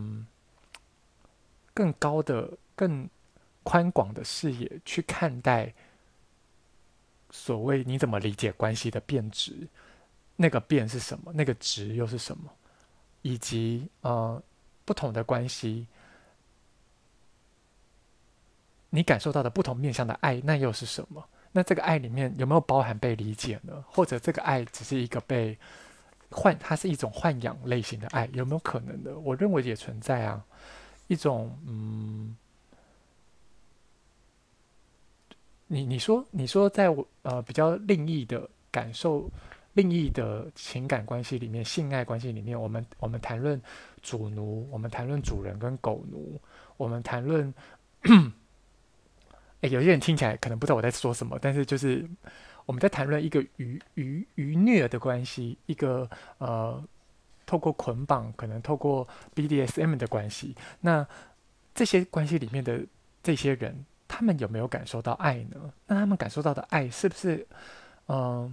更高的、更宽广的视野去看待所谓你怎么理解关系的变质，那个变是什么，那个值又是什么，以及不同的关系，你感受到的不同面向的爱，那又是什么？那这个爱里面有没有包含被理解呢？或者这个爱只是一个它是一种豢养类型的爱，有没有可能的？我认为也存在啊，一种你说在比较另异的感受、另异的情感关系里面，性爱关系里面，我们谈论主奴，我们谈论主人跟狗奴，我们谈论，有些人听起来可能不知道我在说什么，但是就是我们在谈论一个愚虐的关系，一个透过捆绑，可能透过 BDSM 的关系，那这些关系里面的这些人，他们有没有感受到爱呢？那他们感受到的爱是不是，嗯、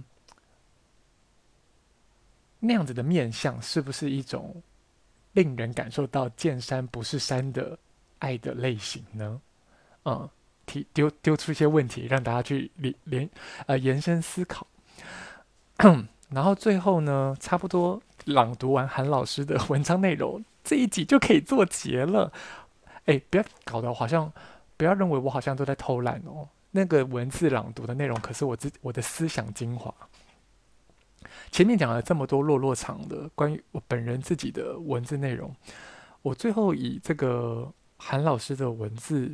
那样子的面相，是不是一种令人感受到见山不是山的爱的类型呢？嗯，丢出一些问题，让大家去延伸思考。然后最后呢，差不多朗读完韩老师的文章内容，这一集就可以做结了。不要搞得好像，不要认为我好像都在偷懒哦。那个文字朗读的内容可是我的思想精华。前面讲了这么多落长的关于我本人自己的文字内容，我最后以这个韩老师的文字，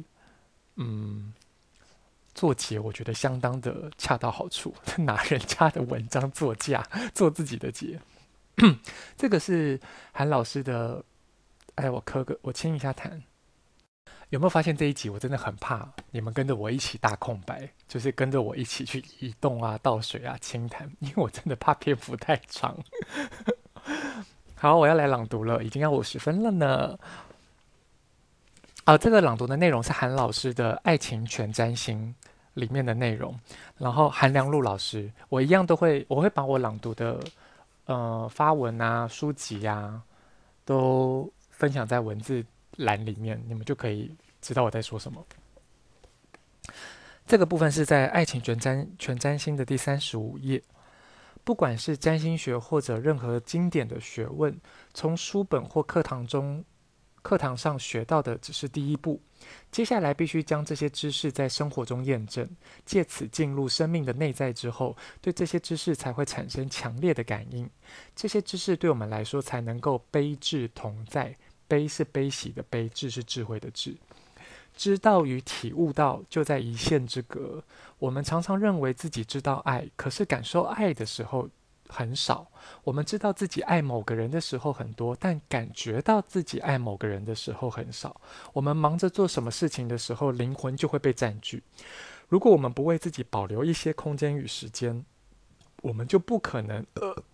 做结，我觉得相当的恰到好处，拿人家的文章做架，做自己的结。这个是韩老师的，我亲一下痰。有没有发现这一集我真的很怕你们跟着我一起大空白，就是跟着我一起去移动啊、倒水啊、清痰，因为我真的怕篇幅太长。好，我要来朗读了，已经要50分了呢。这个朗读的内容是韩老师的《爱情全占星》里面的内容，然后韩良露老师，我一样我会把我朗读的发文啊、书籍啊，都分享在文字栏里面，你们就可以知道我在说什么。这个部分是在《爱情全占星》的第35页。不管是占星学或者任何经典的学问，从书本或课堂上学到的只是第一步，接下来必须将这些知识在生活中验证，借此进入生命的内在之后，对这些知识才会产生强烈的感应。这些知识对我们来说才能够悲智同在悲是悲喜的悲，智是智慧的智。知道与体悟到就在一线之隔。我们常常认为自己知道爱，可是感受爱的时候很少。我们知道自己爱某个人的时候很多，但感觉到自己爱某个人的时候很少。我们忙着做什么事情的时候，灵魂就会被占据。如果我们不为自己保留一些空间与时间，我们就不可能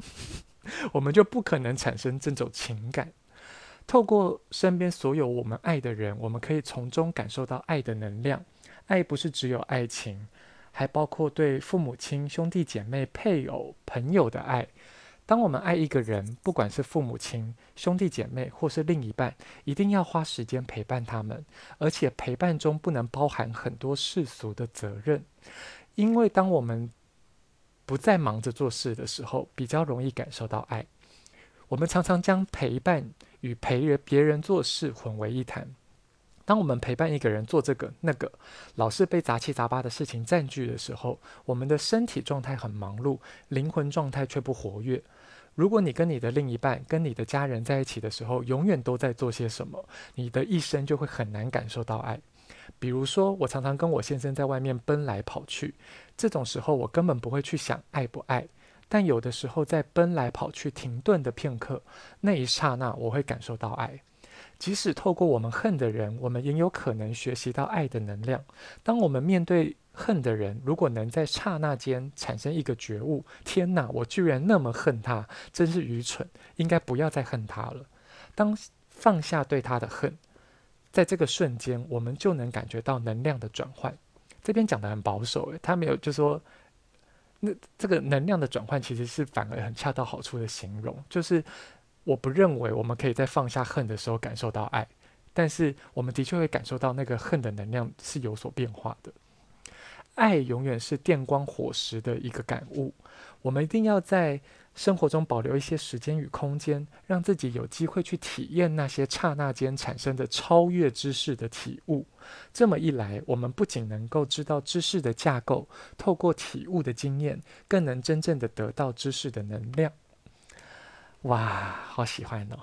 产生这种情感。透过身边所有我们爱的人，我们可以从中感受到爱的能量。爱不是只有爱情，还包括对父母亲、兄弟姐妹、配偶、朋友的爱。当我们爱一个人，不管是父母亲、兄弟姐妹或是另一半，一定要花时间陪伴他们，而且陪伴中不能包含很多世俗的责任。因为当我们不再忙着做事的时候，比较容易感受到爱。我们常常将陪伴与陪别人做事混为一谈。当我们陪伴一个人做这个那个，老是被杂七杂八的事情占据的时候，我们的身体状态很忙碌，灵魂状态却不活跃。如果你跟你的另一半、跟你的家人在一起的时候，永远都在做些什么，你的一生就会很难感受到爱。比如说，我常常跟我先生在外面奔来跑去，这种时候我根本不会去想爱不爱。但有的时候在奔来跑去停顿的片刻，那一刹那我会感受到爱。即使透过我们恨的人，我们也有可能学习到爱的能量。当我们面对恨的人，如果能在刹那间产生一个觉悟，天哪，我居然那么恨他，真是愚蠢，应该不要再恨他了。当放下对他的恨，在这个瞬间，我们就能感觉到能量的转换。这边讲得很保守，他没有就说那这个能量的转换其实是反而很恰到好处的形容，就是我不认为我们可以在放下恨的时候感受到爱，但是我们的确会感受到那个恨的能量是有所变化的。爱永远是电光火石的一个感悟，我们一定要在生活中保留一些时间与空间，让自己有机会去体验那些刹那间产生的超越知识的体悟。这么一来，我们不仅能够知道知识的架构，透过体悟的经验，更能真正的得到知识的能量。哇，好喜欢哦！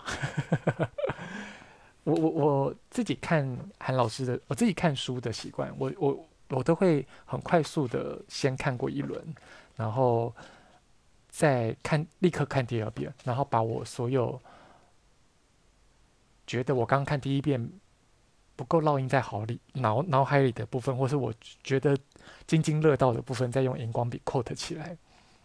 我自己看韩老师的，我自己看书的习惯，我都会很快速的先看过一轮，然后再看，立刻看第二遍，然后把我所有觉得我刚看第一遍不够烙印在脑海里的部分，或是我觉得津津乐道的部分，再用荧光笔 quote 起来。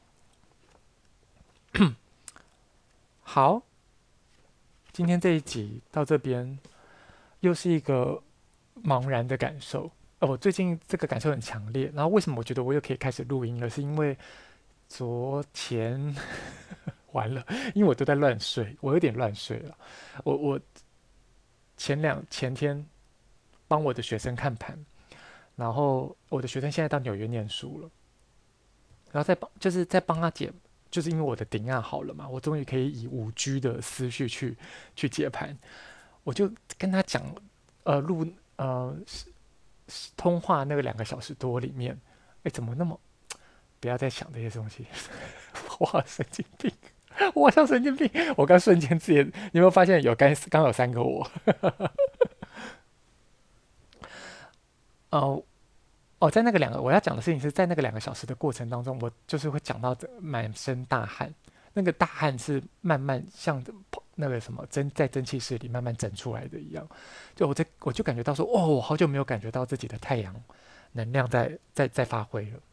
好，今天这一集到这边，又是一个茫然的感受。我最近这个感受很强烈，然后为什么我觉得我又可以开始录音了？是因为昨天完了，因为我都在乱睡，我有点乱睡了。我前天帮我的学生看盘，然后我的学生现在到纽约念书了，然后在帮他解，就是因为我的顶案好了嘛，我终于可以以5G 的思绪去解盘，我就跟他讲，录通话那个2个小时多里面，哎，怎么那么不要再想这些东西，我好神经病，我好像神经病，我刚瞬间自己，你有没有发现刚有3个我？呃，在那个我要讲的事情是在那个2个小时的过程当中，我就是会讲到满身大汗，那个大汗是慢慢像那个什么在蒸汽室里慢慢整出来的一样，就我就感觉到说，哦，我好久没有感觉到自己的太阳能量在发挥了。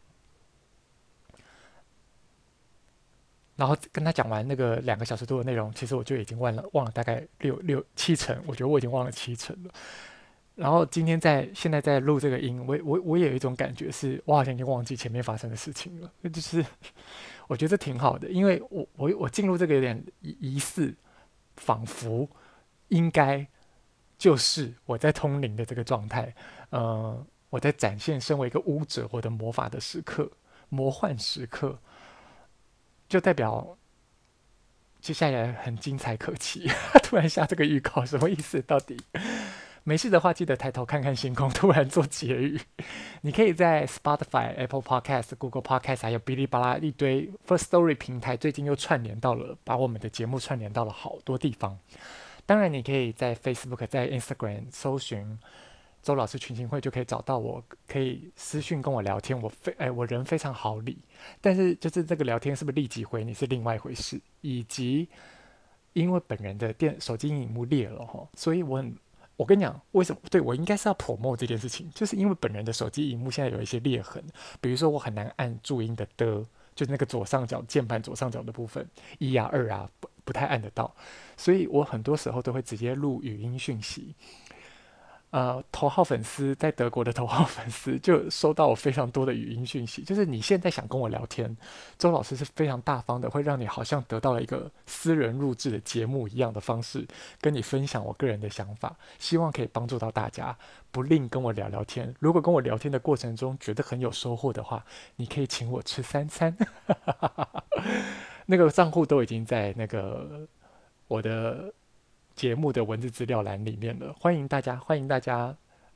然后跟他讲完那个2个小时多的内容，其实我就已经忘了大概7成，我觉得我已经忘了7成了。然后现在在录这个音，我也有一种感觉是，我好像已经忘记前面发生的事情了。就是我觉得挺好的，因为我进入这个有点疑似，仿佛应该就是我在通灵的这个状态，我在展现身为一个巫者或者魔法的时刻，魔幻时刻，就代表接下来很精彩可期。突然下这个预告什么意思？到底？没事的话，记得抬头看看星空。突然做结语，你可以在 Spotify、Apple Podcast、Google Podcast 还有哔哩吧啦一堆 First Story 平台，最近又串联到了，把我们的节目串联到了好多地方。 当然，你可以在 Facebook、在 Instagram 搜寻周老师群星会，就可以找到我，可以私讯跟我聊天。我人非常好理，但是就是这个聊天是不是立即回你是另外一回事，以及因为本人的手机荧幕裂了哈，所以我跟你讲，为什么？对，我应该是要 promote 这件事情，就是因为本人的手机荧幕现在有一些裂痕，比如说我很难按注音的，就是那个左上角键盘左上角的部分，一啊二啊不太按得到，所以我很多时候都会直接录语音讯息，头号粉丝在德国的头号粉丝就收到我非常多的语音讯息，就是你现在想跟我聊天，周老师是非常大方的，会让你好像得到了一个私人录制的节目一样的方式，跟你分享我个人的想法，希望可以帮助到大家，不吝跟我聊聊天。如果跟我聊天的过程中觉得很有收获的话，你可以请我吃3餐，那个账户都已经在那个我的节目的文字资料栏里面了，欢迎大家，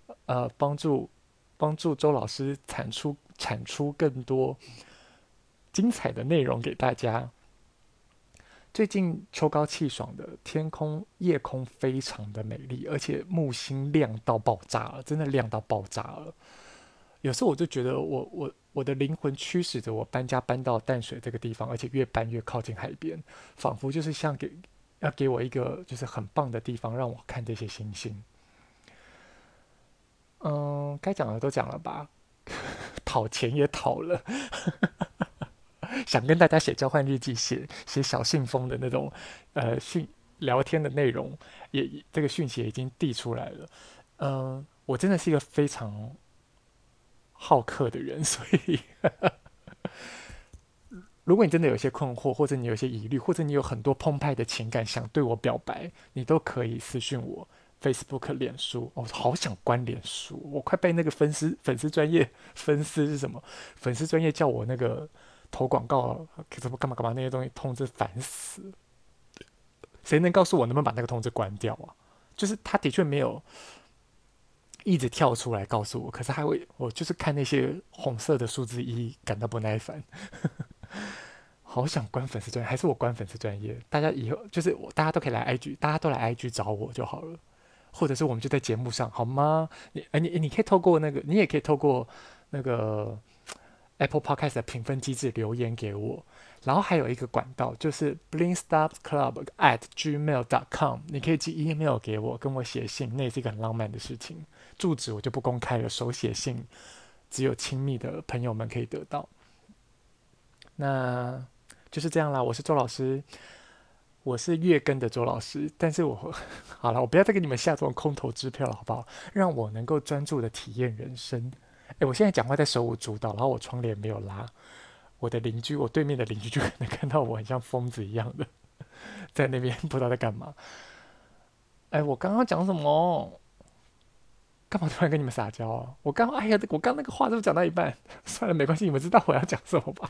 帮助周老师产出更多精彩的内容给大家。最近秋高气爽的天空，夜空非常的美丽，而且木星亮到爆炸了，真的亮到爆炸了。有时候我就觉得我的灵魂驱使着我搬家搬到淡水这个地方，而且越搬越靠近海边，仿佛就是要给我一个就是很棒的地方让我看这些星星。该讲的都讲了吧，讨钱也讨了，想跟大家写交换日记、写小信封的那种聊天的内容，这个讯息也已经递出来了。我真的是一个非常好客的人，所以如果你真的有些困惑，或者你有些疑虑，或者你有很多澎湃的情感想对我表白，你都可以私讯我。Facebook、脸书，我好想关脸书，我快被那个粉丝专业粉丝是什么？粉丝专业叫我那个投广告，什么干嘛那些东西通知烦死了。谁能告诉我能不能把那个通知关掉啊？就是他的确没有一直跳出来告诉我，可是我就是看那些红色的数字一感到不耐烦。好想关粉丝专业，还是我关粉丝专业？大家以后就是大家都可以来 IG，大家都来 IG 找我就好了，或者是我们就在节目上好吗？你可以透过那个，你也可以透过那个 Apple Podcast 的评分机制留言给我，然后还有一个管道就是 blingstopclub@gmail.com，你可以寄 email 给我，跟我写信，那也是一个很浪漫的事情。住址我就不公开了，手写信只有亲密的朋友们可以得到。那就是这样啦，我是周老师，我是月更的周老师，但是好了，我不要再给你们下这种空头支票了，好不好？让我能够专注的体验人生。哎，我现在讲话在手舞足蹈，然后我窗帘没有拉，我对面的邻居就可能看到我很像疯子一样的在那边不知道在干嘛。哎，我刚刚讲什么？干嘛突然跟你们撒娇啊？我刚那个话都讲到一半，算了，没关系，你们知道我要讲什么吧？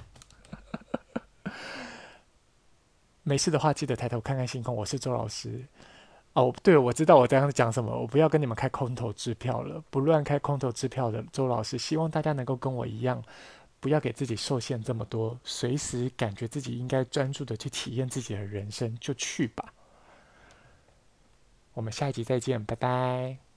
没事的话，记得抬头看看星空。我是周老师。哦，对，我知道我刚刚讲什么，我不要跟你们开空头支票了，不乱开空头支票的周老师，希望大家能够跟我一样，不要给自己受限这么多，随时感觉自己应该专注的去体验自己的人生，就去吧。我们下一集再见，拜拜。